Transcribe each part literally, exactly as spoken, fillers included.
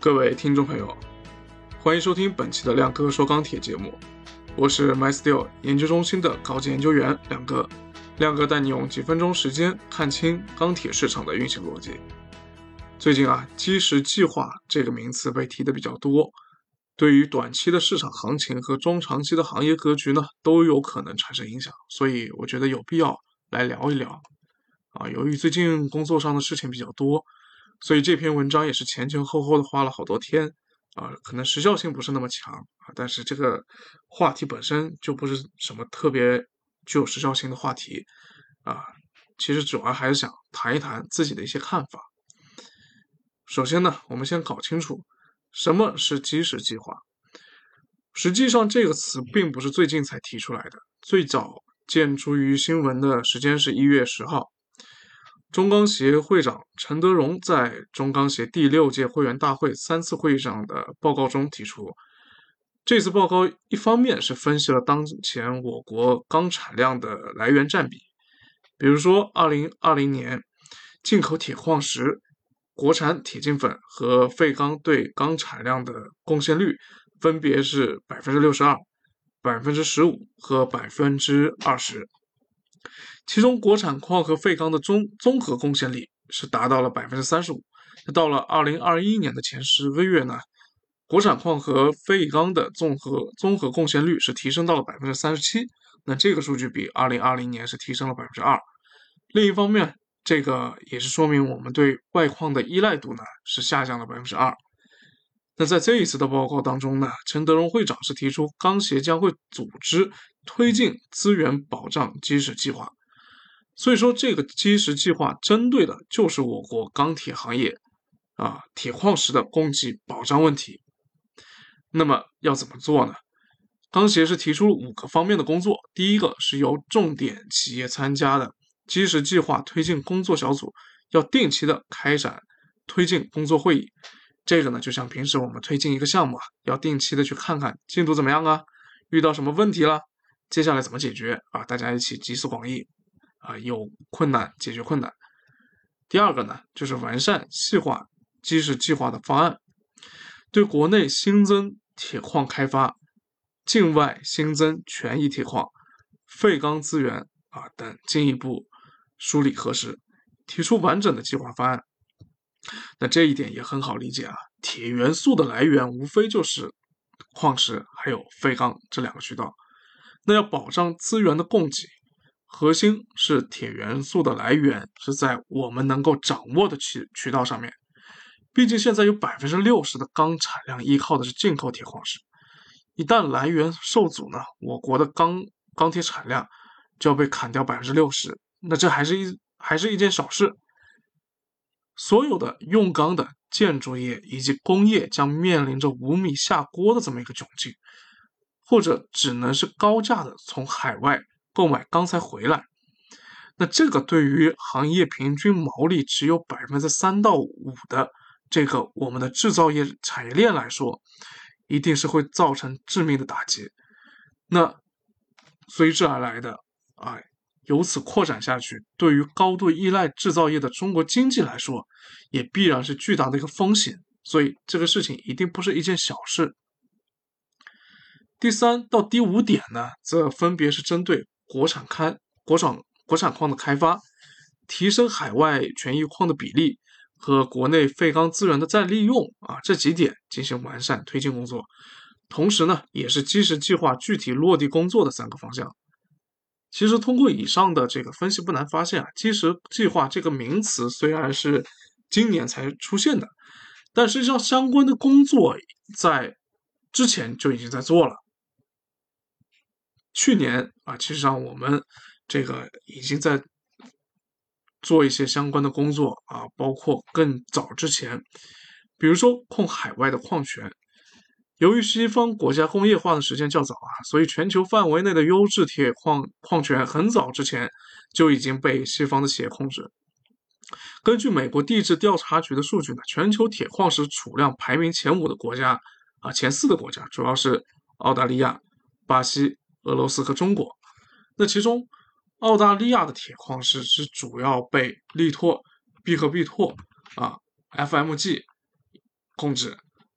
各位听众朋友，欢迎收听本期的亮哥说钢铁节目，我是 MySteel 研究中心的高级研究员亮哥。亮哥带你用几分钟时间看清钢铁市场的运行逻辑。最近啊，基石计划这个名词被提的比较多，对于短期的市场行情和中长期的行业格局呢，都有可能产生影响，所以我觉得有必要来聊一聊。啊，由于最近工作上的事情比较多，所以这篇文章也是前前后后的花了好多天啊，可能时效性不是那么强啊，但是这个话题本身就不是什么特别具有时效性的话题啊，其实主要还是想谈一谈自己的一些看法。首先呢，我们先搞清楚什么是基石计划。实际上这个词并不是最近才提出来的，最早见诸于新闻的时间是一月十号。中钢协会长陈德荣在中钢协第六届会员大会三次会议上的报告中提出，这次报告一方面是分析了当前我国钢产量的来源占比，比如说二零二零年进口铁矿石、国产铁筋粉和废钢对钢产量的贡献率分别是 百分之六十二、百分之十五 和 百分之二十。其中国产矿和废钢的综综合贡献力是达到了 百分之三十五。到了二零二一年的前十个月呢，国产矿和废钢的综合综合贡献率是提升到了 百分之三十七。那这个数据比二零二零年是提升了 百分之二。另一方面，这个也是说明我们对外矿的依赖度呢是下降了 百分之二。那在这一次的报告当中呢，陈德荣会长是提出钢协将会组织推进资源保障基石计划。所以说这个基石计划针对的就是我国钢铁行业啊铁矿石的供给保障问题。那么要怎么做呢？钢协是提出了五个方面的工作。第一个是由重点企业参加的基石计划推进工作小组，要定期的开展推进工作会议。这个呢，就像平时我们推进一个项目啊，要定期的去看看进度怎么样啊，遇到什么问题了，接下来怎么解决啊，大家一起集思广益啊，有困难解决困难。第二个呢，就是完善细化基石计划的方案，对国内新增铁矿开发、境外新增权益铁矿、废钢资源啊等进一步梳理核实，提出完整的计划方案。那这一点也很好理解啊，铁元素的来源无非就是矿石还有废钢这两个渠道，那要保障资源的供给，核心是铁元素的来源是在我们能够掌握的渠渠道上面。毕竟现在有 百分之六十 的钢产量依靠的是进口铁矿石，一旦来源受阻呢，我国的钢钢铁产量就要被砍掉 百分之六十， 那这还是一还是一件小事。所有的用钢的建筑业以及工业将面临着五米下锅的这么一个窘境，或者只能是高价的从海外购买钢材回来。那这个对于行业平均毛利只有 百分之三到五 的这个我们的制造业产业链来说，一定是会造成致命的打击。那随之而来的啊，由此扩展下去，对于高度依赖制造业的中国经济来说，也必然是巨大的一个风险。所以这个事情一定不是一件小事。第三到第五点呢，则分别是针对国产开国产国产矿的开发，提升海外权益矿的比例和国内废钢资源的再利用啊，这几点进行完善推进工作。同时呢，也是基石计划具体落地工作的三个方向。其实通过以上的这个分析，不难发现啊，基石计划这个名词虽然是今年才出现的，但实际上相关的工作在之前就已经在做了。去年啊，其实上我们这个已经在做一些相关的工作啊，包括更早之前，比如说控海外的矿权。由于西方国家工业化的时间较早啊，所以全球范围内的优质铁矿矿权很早之前就已经被西方的企业控制。根据美国地质调查局的数据呢，全球铁矿石储量排名前五的国家啊，前四的国家主要是澳大利亚、巴西、俄罗斯和中国。那其中澳大利亚的铁矿石是主要被力拓、必和必拓啊、F M G 控制。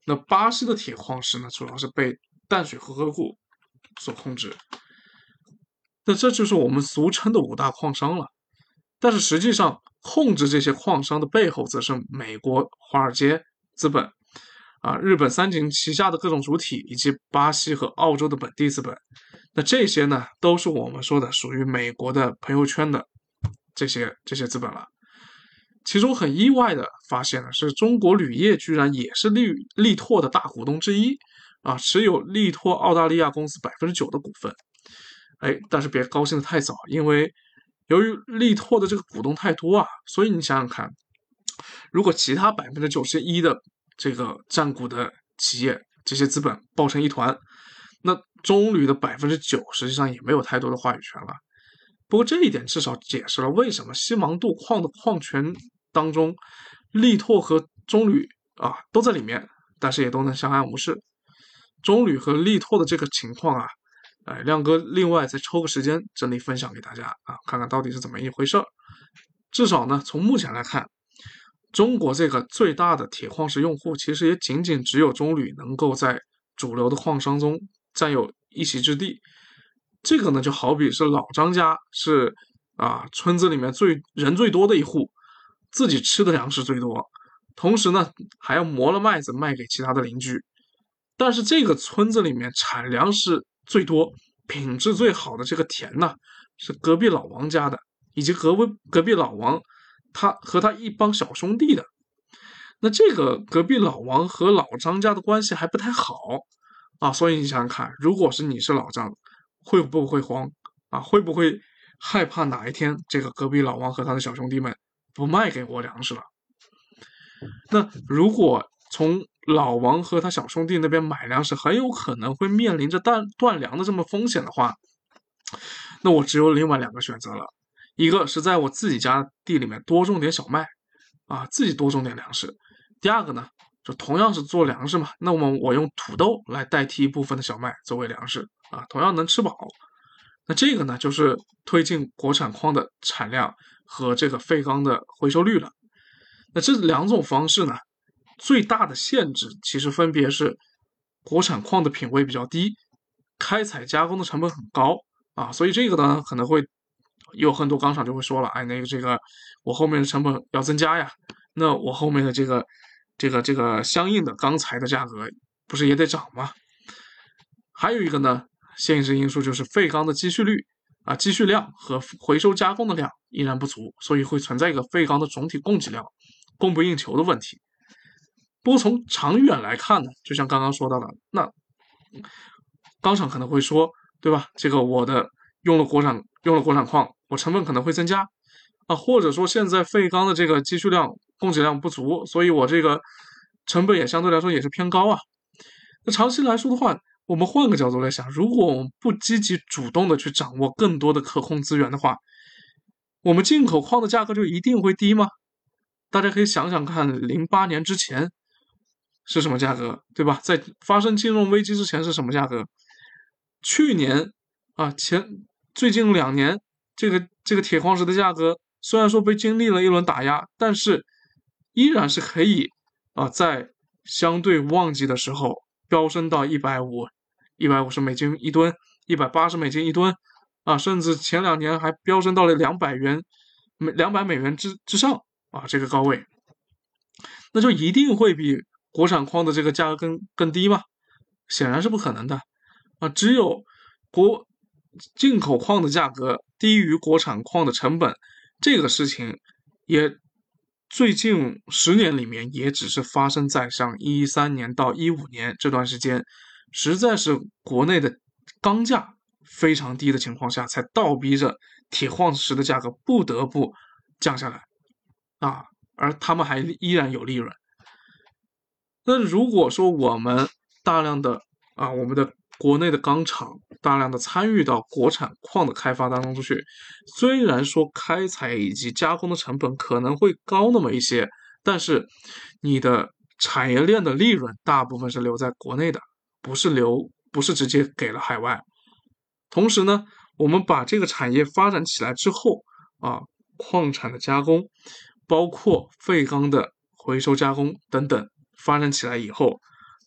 那巴西的铁矿石呢，主要是被淡水河河谷所控制。那这就是我们俗称的五大矿商了。但是实际上，控制这些矿商的背后，则是美国华尔街资本啊、日本三井旗下的各种主体，以及巴西和澳洲的本地资本。那这些呢，都是我们说的属于美国的朋友圈的这些这些资本了。其中很意外的发现呢，是中国铝业居然也是力力拓的大股东之一啊，持有力拓澳大利亚公司百分之九的股份。哎，但是别高兴的太早，因为由于力拓的这个股东太多啊，所以你想想看，如果其他百分之九十一的这个占股的企业这些资本抱成一团，那中铝的百分之九实际上也没有太多的话语权了。不过这一点至少解释了为什么西芒度矿的矿权当中，力拓和中铝啊都在里面，但是也都能相安无事。中铝和力拓的这个情况啊，哎，亮哥另外再抽个时间整理分享给大家啊，看看到底是怎么一回事儿。至少呢，从目前来看，中国这个最大的铁矿石用户，其实也仅仅只有中铝能够在主流的矿商中占有一席之地。这个呢，就好比是老张家是啊村子里面最人最多的一户，自己吃的粮食最多，同时呢还要磨了麦子卖给其他的邻居。但是这个村子里面产粮食最多、品质最好的这个田呢，是隔壁老王家的，以及隔壁隔壁老王他和他一帮小兄弟的。那这个隔壁老王和老张家的关系还不太好啊，所以你想想看，如果是你是老张，会不会慌啊？会不会害怕哪一天这个隔壁老王和他的小兄弟们不卖给我粮食了？那如果从老王和他小兄弟那边买粮食，很有可能会面临着断断粮的这么风险的话，那我只有另外两个选择了，一个是在我自己家地里面多种点小麦，啊，自己多种点粮食；第二个呢，就同样是做粮食嘛，那么我用土豆来代替一部分的小麦作为粮食，啊，同样能吃饱。那这个呢，就是推进国产矿的产量和这个废钢的回收率了。那这两种方式呢，最大的限制其实分别是国产矿的品位比较低，开采加工的成本很高啊，所以这个呢可能会有很多钢厂就会说了，哎，那个这个我后面的成本要增加呀，那我后面的这个这个这个相应的钢材的价格不是也得涨吗？还有一个呢，限制因素就是废钢的积蓄率啊，积蓄量和回收加工的量依然不足，所以会存在一个废钢的总体供给量供不应求的问题。不过从长远来看呢，就像刚刚说到的，那钢厂可能会说，对吧？这个我的用了国产用了国产矿，我成本可能会增加啊，或者说现在废钢的这个积蓄量供给量不足，所以我这个成本也相对来说也是偏高啊。那长期来说的话，我们换个角度来想，如果我们不积极主动的去掌握更多的可控资源的话，我们进口矿的价格就一定会低吗？大家可以想想看，零八年之前是什么价格，对吧？在发生金融危机之前是什么价格？去年啊，前最近两年，这个这个铁矿石的价格虽然说被经历了一轮打压，但是依然是可以啊，在相对旺季的时候飙升到一百五、一百五十美金一吨、一百八十美金一吨啊，甚至前两年还飙升到了两百元、两百美元之之上啊，这个高位，那就一定会比国产矿的这个价格更更低吗？显然是不可能的啊！只有国进口矿的价格低于国产矿的成本，这个事情也最近十年里面也只是发生在像一三年到一五年这段时间，实在是国内的钢价非常低的情况下，才倒逼着铁矿石的价格不得不降下来啊，而他们还依然有利润。那如果说我们大量的啊，我们的国内的钢厂大量的参与到国产矿的开发当中去，虽然说开采以及加工的成本可能会高那么一些，但是你的产业链的利润大部分是留在国内的，不是留不是直接给了海外。同时呢，我们把这个产业发展起来之后啊，矿产的加工，包括废钢的回收加工等等。发展起来以后，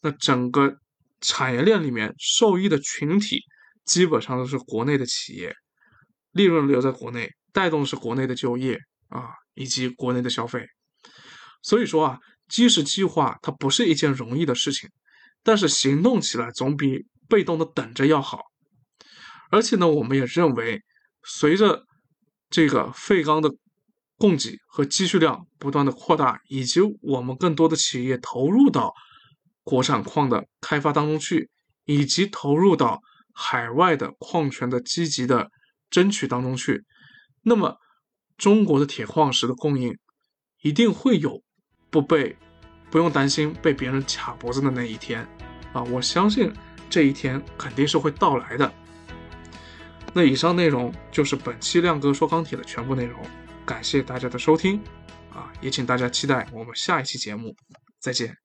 那整个产业链里面受益的群体基本上都是国内的企业，利润留在国内，带动是国内的就业啊，以及国内的消费。所以说啊，基石计划它不是一件容易的事情，但是行动起来总比被动的等着要好。而且呢，我们也认为，随着这个废钢的供给和积蓄量不断的扩大，以及我们更多的企业投入到国产矿的开发当中去，以及投入到海外的矿权的积极的争取当中去，那么中国的铁矿石的供应一定会有不被不用担心被别人卡脖子的那一天啊！我相信这一天肯定是会到来的。那以上内容就是本期亮哥说钢铁的全部内容，感谢大家的收听啊！也请大家期待我们下一期节目，再见。